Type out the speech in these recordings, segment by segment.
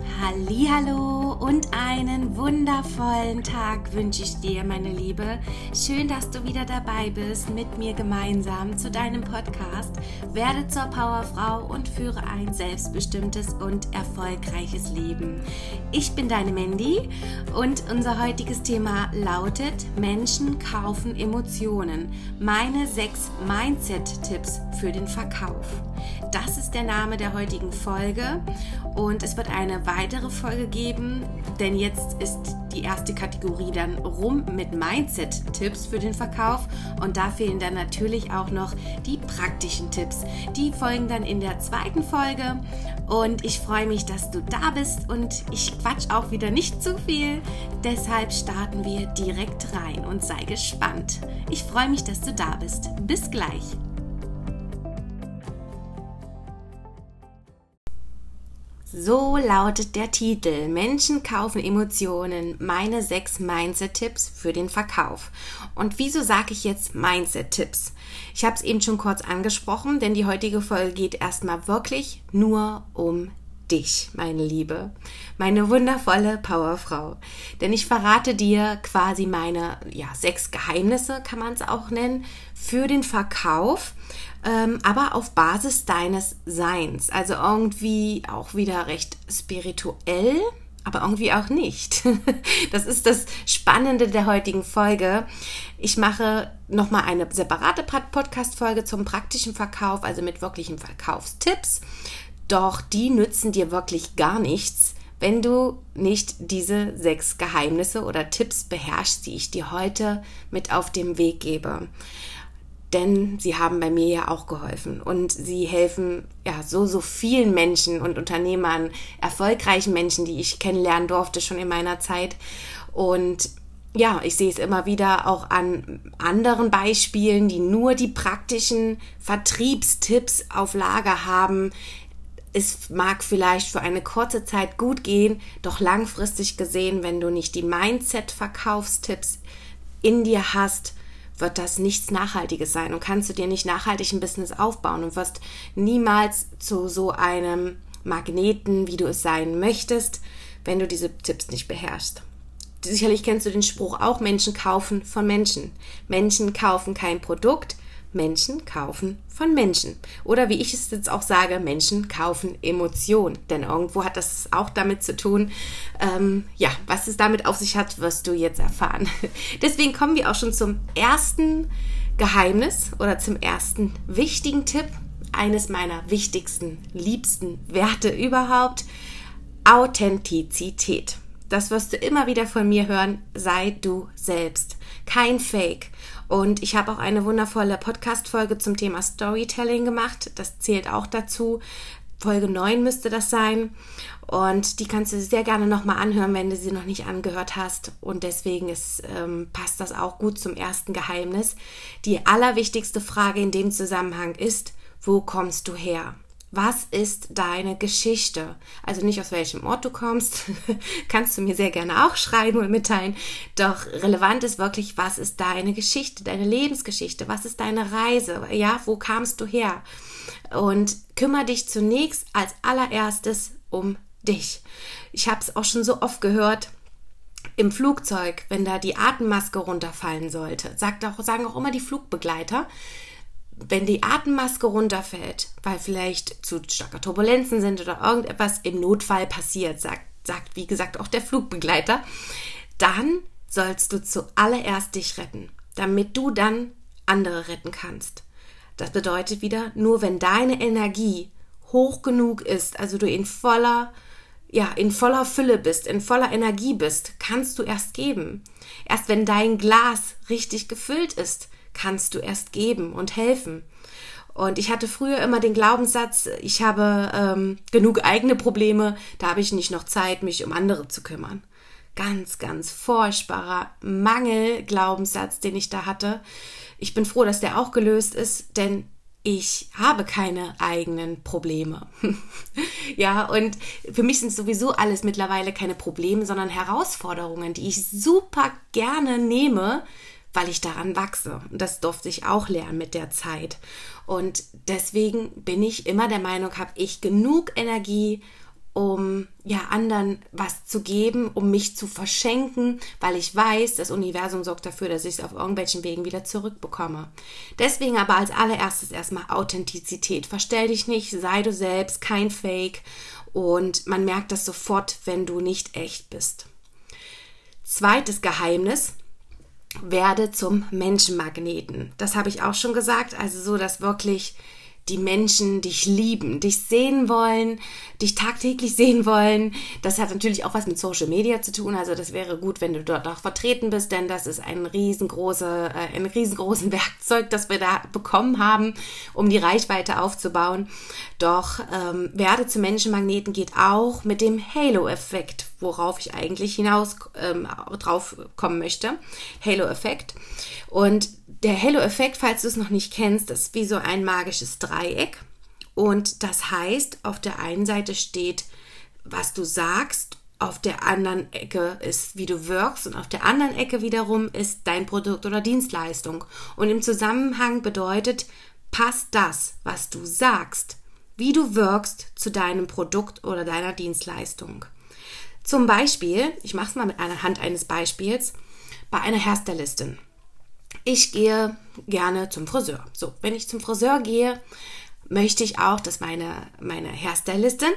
Hallihallo und einen wundervollen Tag wünsche ich dir, meine Liebe. Schön, dass du wieder dabei bist, mit mir gemeinsam zu deinem Podcast Werde zur Powerfrau und führe ein selbstbestimmtes und erfolgreiches Leben. Ich bin deine Mandy und unser heutiges Thema lautet: Menschen kaufen Emotionen. Meine 6 Mindset-Tipps für den Verkauf. Das ist der Name der heutigen Folge und es wird eine weitere Folge geben, denn jetzt ist die erste Kategorie dann rum mit Mindset-Tipps für den Verkauf und da fehlen dann natürlich auch noch die praktischen Tipps. Die folgen dann in der zweiten Folge und ich freue mich, dass du da bist und ich quatsch auch wieder nicht zu viel, deshalb starten wir direkt rein und sei gespannt. Ich freue mich, dass du da bist. Bis gleich. So lautet der Titel: Menschen kaufen Emotionen, meine 6 Mindset-Tipps für den Verkauf. Und wieso sage ich jetzt Mindset-Tipps? Ich habe es eben schon kurz angesprochen, denn die heutige Folge geht erstmal wirklich nur um dich, meine Liebe, meine wundervolle Powerfrau. Denn ich verrate dir quasi meine 6 Geheimnisse, kann man es auch nennen, für den Verkauf, aber auf Basis deines Seins. Also irgendwie auch wieder recht spirituell, aber irgendwie auch nicht. Das ist das Spannende der heutigen Folge. Ich mache nochmal eine separate Podcast-Folge zum praktischen Verkauf, also mit wirklichen Verkaufstipps. Doch die nützen dir wirklich gar nichts, wenn du nicht diese 6 Geheimnisse oder Tipps beherrschst, die ich dir heute mit auf den Weg gebe. Denn sie haben bei mir ja auch geholfen und sie helfen so vielen Menschen und Unternehmern, erfolgreichen Menschen, die ich kennenlernen durfte schon in meiner Zeit. Und ja, ich sehe es immer wieder auch an anderen Beispielen, die nur die praktischen Vertriebstipps auf Lager haben. Es mag vielleicht für eine kurze Zeit gut gehen, doch langfristig gesehen, wenn du nicht die Mindset-Verkaufstipps in dir hast, wird das nichts Nachhaltiges sein und kannst du dir nicht nachhaltig ein Business aufbauen und wirst niemals zu so einem Magneten, wie du es sein möchtest, wenn du diese Tipps nicht beherrschst. Sicherlich kennst du den Spruch auch: Menschen kaufen von Menschen. Menschen kaufen kein Produkt, Menschen kaufen von Menschen. Oder wie ich es jetzt auch sage, Menschen kaufen Emotionen. Denn irgendwo hat das auch damit zu tun. Was es damit auf sich hat, wirst du jetzt erfahren. Deswegen kommen wir auch schon zum ersten Geheimnis oder zum ersten wichtigen Tipp. Eines meiner wichtigsten, liebsten Werte überhaupt: Authentizität. Das wirst du immer wieder von mir hören. Sei du selbst. Kein Fake. Und ich habe auch eine wundervolle Podcast-Folge zum Thema Storytelling gemacht. Das zählt auch dazu. Folge 9 müsste das sein. Und die kannst du sehr gerne nochmal anhören, wenn du sie noch nicht angehört hast. Und deswegen passt das auch gut zum ersten Geheimnis. Die allerwichtigste Frage in dem Zusammenhang ist: Wo kommst du her? Was ist deine Geschichte? Also nicht aus welchem Ort du kommst, kannst du mir sehr gerne auch schreiben und mitteilen. Doch relevant ist wirklich, was ist deine Geschichte, deine Lebensgeschichte? Was ist deine Reise? Ja, wo kamst du her? Und kümmere dich zunächst als allererstes um dich. Ich habe es auch schon so oft gehört, im Flugzeug, wenn da die Atemmaske runterfallen sollte, sagen auch immer die Flugbegleiter, wenn die Atemmaske runterfällt, weil vielleicht zu starke Turbulenzen sind oder irgendetwas im Notfall passiert, sagt wie gesagt auch der Flugbegleiter, dann sollst du zuallererst dich retten, damit du dann andere retten kannst. Das bedeutet wieder, nur wenn deine Energie hoch genug ist, also du in voller Fülle bist, in voller Energie bist, kannst du erst geben. Erst wenn dein Glas richtig gefüllt ist, kannst du erst geben und helfen. Und ich hatte früher immer den Glaubenssatz, ich habe genug eigene Probleme, da habe ich nicht noch Zeit, mich um andere zu kümmern. Ganz, ganz furchtbarer Mangel-Glaubenssatz, den ich da hatte. Ich bin froh, dass der auch gelöst ist, denn ich habe keine eigenen Probleme. Ja, und für mich sind sowieso alles mittlerweile keine Probleme, sondern Herausforderungen, die ich super gerne nehme, weil ich daran wachse. Und das durfte ich auch lernen mit der Zeit. Und deswegen bin ich immer der Meinung, habe ich genug Energie, um anderen was zu geben, um mich zu verschenken, weil ich weiß, das Universum sorgt dafür, dass ich es auf irgendwelchen Wegen wieder zurückbekomme. Deswegen aber als allererstes erstmal Authentizität. Verstell dich nicht, sei du selbst, kein Fake, und man merkt das sofort, wenn du nicht echt bist. Zweites Geheimnis: werde zum Menschenmagneten. Das habe ich auch schon gesagt, also so, dass wirklich die Menschen dich lieben, dich sehen wollen, dich tagtäglich sehen wollen. Das hat natürlich auch was mit Social Media zu tun, also das wäre gut, wenn du dort auch vertreten bist, denn das ist ein riesengroßes Werkzeug, das wir da bekommen haben, um die Reichweite aufzubauen. Doch werde zum Menschenmagneten geht auch mit dem Halo-Effekt, worauf ich eigentlich drauf kommen möchte. Halo-Effekt. Und der Halo-Effekt, falls du es noch nicht kennst, ist wie so ein magisches Dreieck. Und das heißt, auf der einen Seite steht, was du sagst, auf der anderen Ecke ist, wie du wirkst, und auf der anderen Ecke wiederum ist dein Produkt oder Dienstleistung. Und im Zusammenhang bedeutet, passt das, was du sagst, wie du wirkst, zu deinem Produkt oder deiner Dienstleistung. Zum Beispiel, ich mache es mal mit einer Hand eines Beispiels, bei einer Hairstylistin. Ich gehe gerne zum Friseur. So, wenn ich zum Friseur gehe, möchte ich auch, dass meine Hairstylistin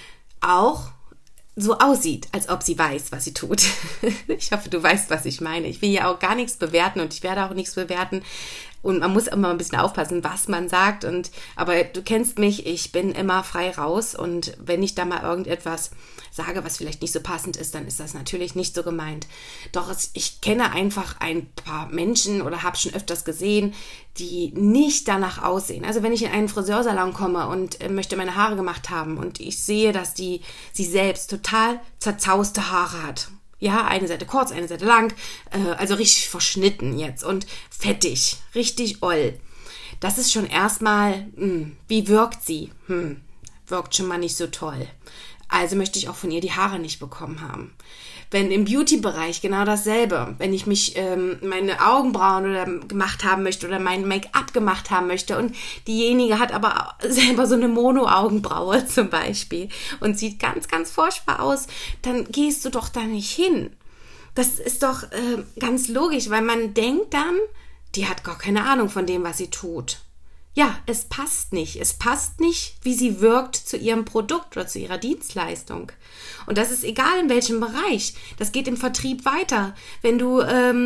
auch so aussieht, als ob sie weiß, was sie tut. Ich hoffe, du weißt, was ich meine. Ich will ja auch gar nichts bewerten und ich werde auch nichts bewerten. Und man muss immer ein bisschen aufpassen, was man sagt. Aber du kennst mich, ich bin immer frei raus. Und wenn ich da mal irgendetwas sage, was vielleicht nicht so passend ist, dann ist das natürlich nicht so gemeint. Doch ich kenne einfach ein paar Menschen oder habe schon öfters gesehen, die nicht danach aussehen. Also wenn ich in einen Friseursalon komme und möchte meine Haare gemacht haben und ich sehe, dass sie selbst total zerzauste Haare hat. Ja, eine Seite kurz, eine Seite lang, also richtig verschnitten jetzt und fettig, richtig oll. Das ist schon erstmal, wie wirkt sie? Wirkt schon mal nicht so toll. Also möchte ich auch von ihr die Haare nicht bekommen haben. Wenn im Beauty-Bereich genau dasselbe, wenn ich mich meine Augenbrauen oder gemacht haben möchte oder mein Make-up gemacht haben möchte und diejenige hat aber selber so eine Mono-Augenbraue zum Beispiel und sieht ganz, ganz furchtbar aus, dann gehst du doch da nicht hin. Das ist doch ganz logisch, weil man denkt dann, die hat gar keine Ahnung von dem, was sie tut. Ja, es passt nicht. Es passt nicht, wie sie wirkt zu ihrem Produkt oder zu ihrer Dienstleistung. Und das ist egal in welchem Bereich. Das geht im Vertrieb weiter. Wenn du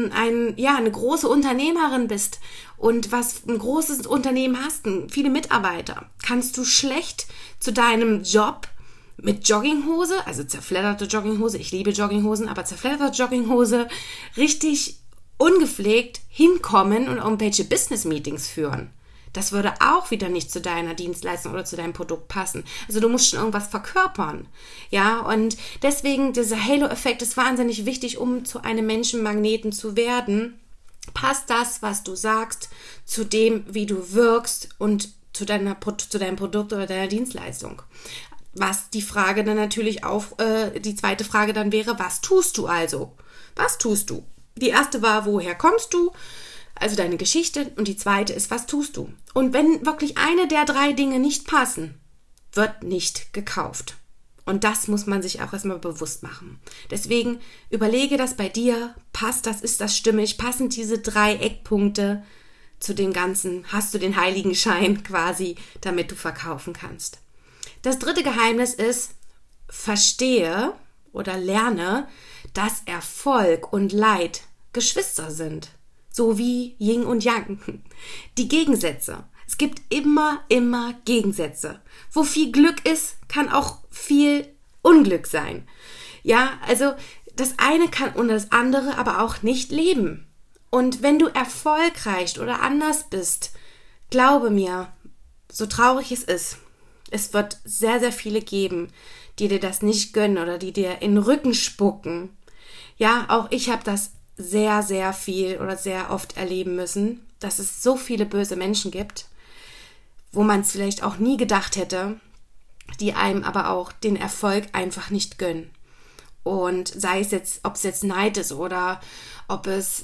eine große Unternehmerin bist und ein großes Unternehmen hast, viele Mitarbeiter, kannst du schlecht zu deinem Job mit Jogginghose, also zerfledderte Jogginghose, ich liebe Jogginghosen, aber zerfledderte Jogginghose, richtig ungepflegt hinkommen und irgendwelche Business-Meetings führen. Das würde auch wieder nicht zu deiner Dienstleistung oder zu deinem Produkt passen. Also du musst schon irgendwas verkörpern. Ja, und deswegen dieser Halo-Effekt ist wahnsinnig wichtig, um zu einem Menschenmagneten zu werden. Passt das, was du sagst, zu dem, wie du wirkst und zu deinem Produkt oder deiner Dienstleistung. Was die Frage dann natürlich die zweite Frage dann wäre, was tust du also? Was tust du? Die erste war, woher kommst du? Also deine Geschichte, und die zweite ist, was tust du? Und wenn wirklich eine der 3 Dinge nicht passen, wird nicht gekauft. Und das muss man sich auch erstmal bewusst machen. Deswegen überlege das bei dir, passt das, ist das stimmig, passen diese 3 Eckpunkte zu dem Ganzen, hast du den Heiligenschein quasi, damit du verkaufen kannst. Das 3. Geheimnis ist, verstehe oder lerne, dass Erfolg und Leid Geschwister sind. So wie Yin und Yang. Die Gegensätze. Es gibt immer Gegensätze. Wo viel Glück ist, kann auch viel Unglück sein. Ja, also das eine kann und das andere aber auch nicht leben. Und wenn du erfolgreich oder anders bist, glaube mir, so traurig es ist, es wird sehr, sehr viele geben, die dir das nicht gönnen oder die dir in den Rücken spucken. Ja, auch ich habe das sehr, sehr viel oder sehr oft erleben müssen, dass es so viele böse Menschen gibt, wo man es vielleicht auch nie gedacht hätte, die einem aber auch den Erfolg einfach nicht gönnen. Und sei es jetzt, ob es jetzt Neid ist oder ob es,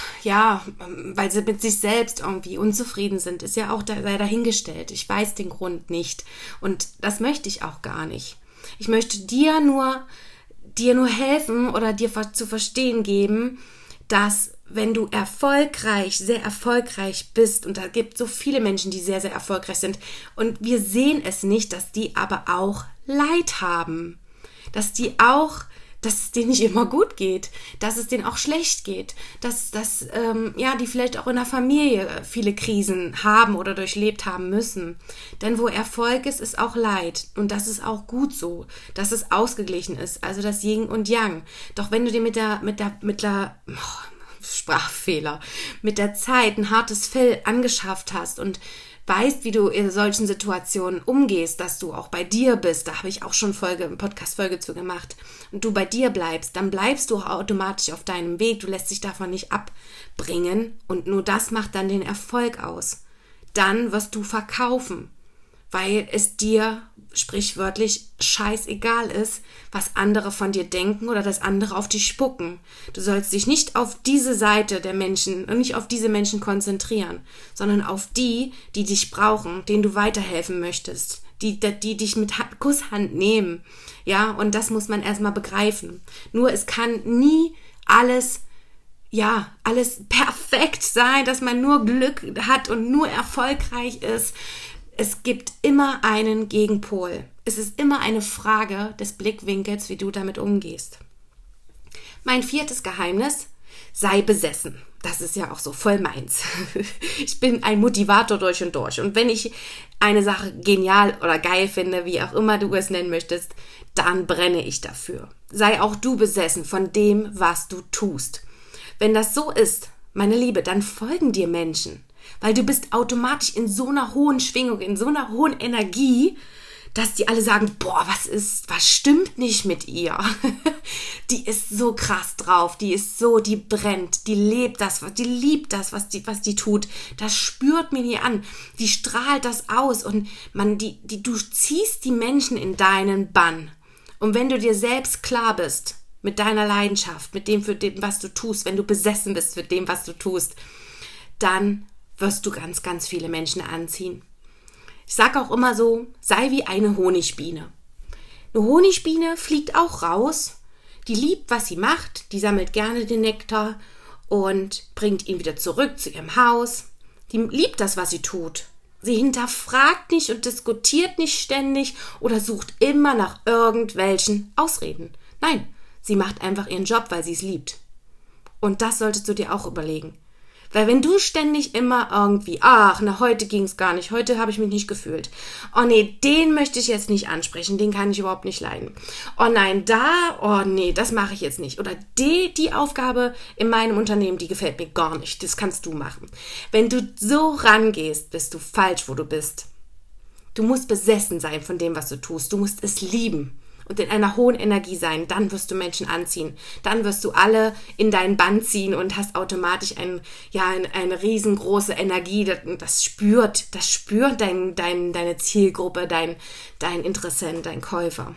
weil sie mit sich selbst irgendwie unzufrieden sind, ist ja auch sei dahingestellt. Ich weiß den Grund nicht und das möchte ich auch gar nicht. Ich möchte dir nur helfen oder dir zu verstehen geben, dass wenn du sehr erfolgreich bist, und da gibt so viele Menschen, die sehr, sehr erfolgreich sind, und wir sehen es nicht, dass die aber auch Leid haben, dass es denen nicht immer gut geht, dass es denen auch schlecht geht, dass die vielleicht auch in der Familie viele Krisen haben oder durchlebt haben müssen. Denn wo Erfolg ist, ist auch Leid. Und das ist auch gut so, dass es ausgeglichen ist, also das Yin und Yang. Doch wenn du dir mit der Sprachfehler, mit der Zeit ein hartes Fell angeschafft hast und weißt, wie du in solchen Situationen umgehst, dass du auch bei dir bist, da habe ich auch schon eine Podcast-Folge zu gemacht, und du bei dir bleibst, dann bleibst du auch automatisch auf deinem Weg, du lässt dich davon nicht abbringen, und nur das macht dann den Erfolg aus. Dann wirst du verkaufen, weil es dir sprichwörtlich scheißegal ist, was andere von dir denken oder dass andere auf dich spucken. Du sollst dich nicht auf diese Seite der Menschen und nicht auf diese Menschen konzentrieren, sondern auf die dich brauchen, denen du weiterhelfen möchtest, die dich mit Kusshand nehmen. Ja, und das muss man erstmal begreifen. Nur es kann nie alles perfekt sein, dass man nur Glück hat und nur erfolgreich ist. Es gibt immer einen Gegenpol. Es ist immer eine Frage des Blickwinkels, wie du damit umgehst. Mein 4. Geheimnis: sei besessen. Das ist ja auch so voll meins. Ich bin ein Motivator durch und durch. Und wenn ich eine Sache genial oder geil finde, wie auch immer du es nennen möchtest, dann brenne ich dafür. Sei auch du besessen von dem, was du tust. Wenn das so ist, meine Liebe, dann folgen dir Menschen. Weil du bist automatisch in so einer hohen Schwingung, in so einer hohen Energie, dass die alle sagen, boah, was stimmt nicht mit ihr? Die ist so krass drauf, die brennt, die liebt das, was die tut. Das spürt mir nie an. Die strahlt das aus und du ziehst die Menschen in deinen Bann. Und wenn du dir selbst klar bist mit deiner Leidenschaft, mit dem, was du tust, wenn du besessen bist mit dem, was du tust, dann wirst du ganz, ganz viele Menschen anziehen. Ich sage auch immer so, sei wie eine Honigbiene. Eine Honigbiene fliegt auch raus, die liebt, was sie macht, die sammelt gerne den Nektar und bringt ihn wieder zurück zu ihrem Haus. Die liebt das, was sie tut. Sie hinterfragt nicht und diskutiert nicht ständig oder sucht immer nach irgendwelchen Ausreden. Nein, sie macht einfach ihren Job, weil sie es liebt. Und das solltest du dir auch überlegen. Weil wenn du ständig immer irgendwie, heute ging es gar nicht, heute habe ich mich nicht gefühlt. Oh nee, den möchte ich jetzt nicht ansprechen, den kann ich überhaupt nicht leiden. Oh nein, das mache ich jetzt nicht. Oder die Aufgabe in meinem Unternehmen, die gefällt mir gar nicht, das kannst du machen. Wenn du so rangehst, bist du falsch, wo du bist. Du musst besessen sein von dem, was du tust. Du musst es lieben und in einer hohen Energie sein, dann wirst du Menschen anziehen. Dann wirst du alle in deinen Bann ziehen und hast automatisch eine riesengroße Energie. Das spürt deine Zielgruppe, dein Interessent, dein Käufer.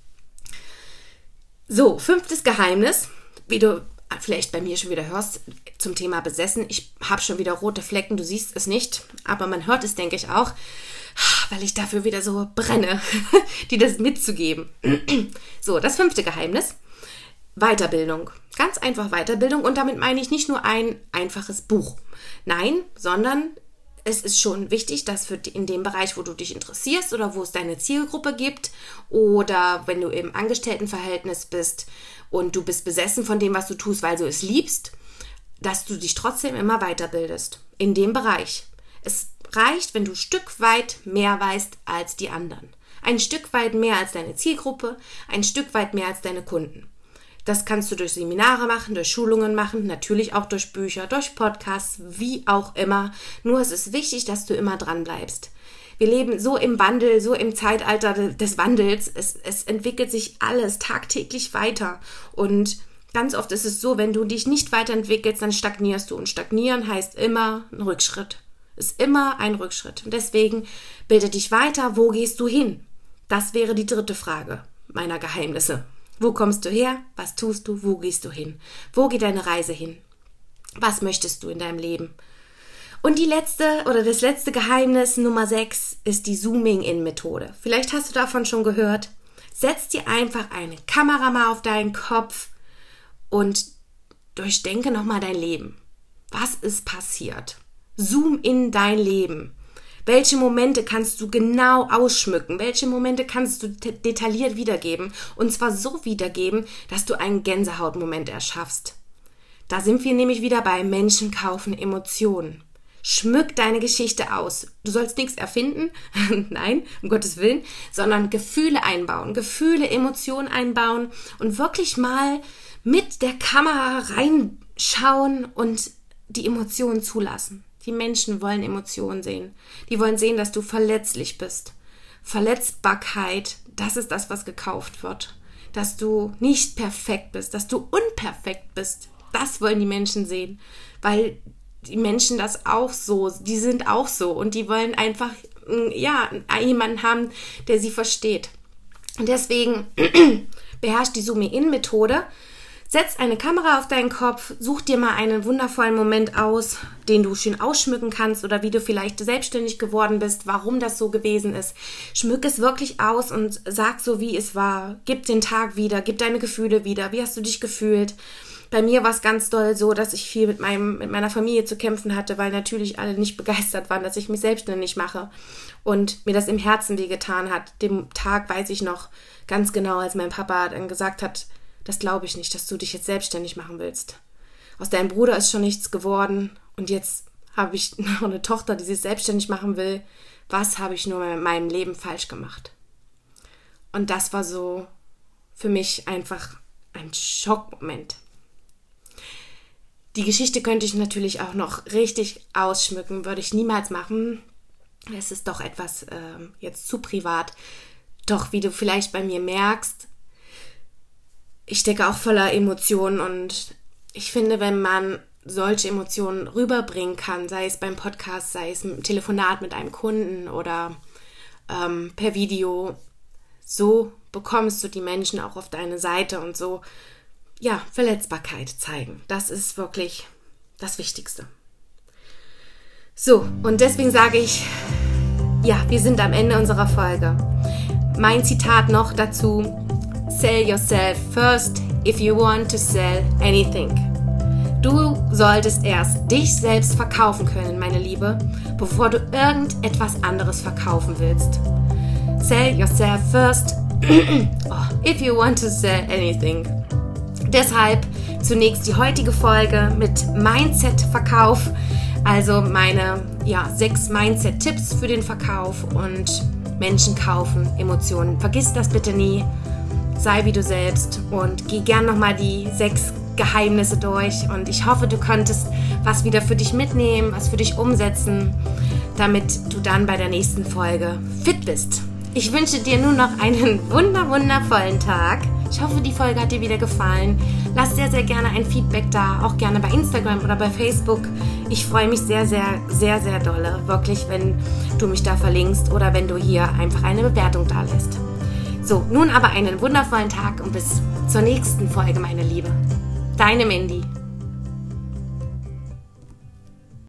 So, 5. Geheimnis, wie du vielleicht bei mir schon wieder hörst, zum Thema besessen. Ich habe schon wieder rote Flecken, du siehst es nicht, aber man hört es, denke ich, auch, weil ich dafür wieder so brenne, dir das mitzugeben. So, das 5. Geheimnis: Weiterbildung. Ganz einfach Weiterbildung, und damit meine ich nicht nur ein einfaches Buch. Nein, sondern es ist schon wichtig, dass in dem Bereich, wo du dich interessierst oder wo es deine Zielgruppe gibt oder wenn du im Angestelltenverhältnis bist und du bist besessen von dem, was du tust, weil du es liebst, dass du dich trotzdem immer weiterbildest in dem Bereich. Es reicht, wenn du ein Stück weit mehr weißt als die anderen. Ein Stück weit mehr als deine Zielgruppe, ein Stück weit mehr als deine Kunden. Das kannst du durch Seminare machen, durch Schulungen machen, natürlich auch durch Bücher, durch Podcasts, wie auch immer. Nur es ist wichtig, dass du immer dran bleibst. Wir leben so im Wandel, so im Zeitalter des Wandels. Es entwickelt sich alles tagtäglich weiter. Und ganz oft ist es so, wenn du dich nicht weiterentwickelst, dann stagnierst du. Und stagnieren heißt immer ein Rückschritt. Ist immer ein Rückschritt. Und deswegen bilde dich weiter. Wo gehst du hin? Das wäre die 3. Frage meiner Geheimnisse. Wo kommst du her? Was tust du? Wo gehst du hin? Wo geht deine Reise hin? Was möchtest du in deinem Leben? Und das letzte Geheimnis, Nummer 6, ist die Zooming-In-Methode. Vielleicht hast du davon schon gehört. Setz dir einfach eine Kamera mal auf deinen Kopf und durchdenke nochmal dein Leben. Was ist passiert? Zoom in dein Leben. Welche Momente kannst du genau ausschmücken? Welche Momente kannst du detailliert wiedergeben? Und zwar so wiedergeben, dass du einen Gänsehautmoment erschaffst. Da sind wir nämlich wieder bei Menschen kaufen Emotionen. Schmück deine Geschichte aus. Du sollst nichts erfinden, nein, um Gottes Willen, sondern Gefühle einbauen, Gefühle, Emotionen einbauen und wirklich mal mit der Kamera reinschauen und die Emotionen zulassen. Die Menschen wollen Emotionen sehen. Die wollen sehen, dass du verletzlich bist. Verletzbarkeit, das ist das, was gekauft wird. Dass du nicht perfekt bist, dass du unperfekt bist. Das wollen die Menschen sehen, weil die Menschen das auch so, die sind auch so und die wollen einfach, jemanden haben, der sie versteht. Und deswegen beherrsch die Zoom-In-Methode. Setz eine Kamera auf deinen Kopf, such dir mal einen wundervollen Moment aus, den du schön ausschmücken kannst oder wie du vielleicht selbstständig geworden bist, warum das so gewesen ist. Schmück es wirklich aus und sag so, wie es war. Gib den Tag wieder, gib deine Gefühle wieder. Wie hast du dich gefühlt? Bei mir war es ganz doll so, dass ich viel mit meiner Familie zu kämpfen hatte, weil natürlich alle nicht begeistert waren, dass ich mich selbstständig mache und mir das im Herzen wehgetan hat. Dem Tag weiß ich noch ganz genau, als mein Papa dann gesagt hat, das glaube ich nicht, dass du dich jetzt selbstständig machen willst. Aus deinem Bruder ist schon nichts geworden und jetzt habe ich noch eine Tochter, die sich selbstständig machen will. Was habe ich nur in meinem Leben falsch gemacht? Und das war so für mich einfach ein Schockmoment. Die Geschichte könnte ich natürlich auch noch richtig ausschmücken, würde ich niemals machen. Es ist doch etwas jetzt zu privat. Doch wie du vielleicht bei mir merkst, ich stecke auch voller Emotionen und ich finde, wenn man solche Emotionen rüberbringen kann, sei es beim Podcast, sei es im Telefonat mit einem Kunden oder per Video, so bekommst du die Menschen auch auf deine Seite und so, ja, Verletzbarkeit zeigen. Das ist wirklich das Wichtigste. So, und deswegen sage ich, ja, wir sind am Ende unserer Folge. Mein Zitat noch dazu: Sell yourself first if you want to sell anything. Du solltest erst dich selbst verkaufen können, meine Liebe, bevor du irgendetwas anderes verkaufen willst. Sell yourself first if you want to sell anything. Deshalb zunächst die heutige Folge mit Mindset-Verkauf, also meine 6 Mindset-Tipps für den Verkauf und Menschen kaufen Emotionen. Vergiss das bitte nie, sei wie du selbst und geh gern nochmal die 6 Geheimnisse durch und ich hoffe, du konntest was wieder für dich mitnehmen, was für dich umsetzen, damit du dann bei der nächsten Folge fit bist. Ich wünsche dir nun noch einen wundervollen Tag. Ich hoffe, die Folge hat dir wieder gefallen. Lass sehr, sehr gerne ein Feedback da, auch gerne bei Instagram oder bei Facebook. Ich freue mich sehr, sehr, sehr, sehr dolle, wirklich, wenn du mich da verlinkst oder wenn du hier einfach eine Bewertung da lässt. So, nun aber einen wundervollen Tag und bis zur nächsten Folge, meine Liebe. Deine Mandy.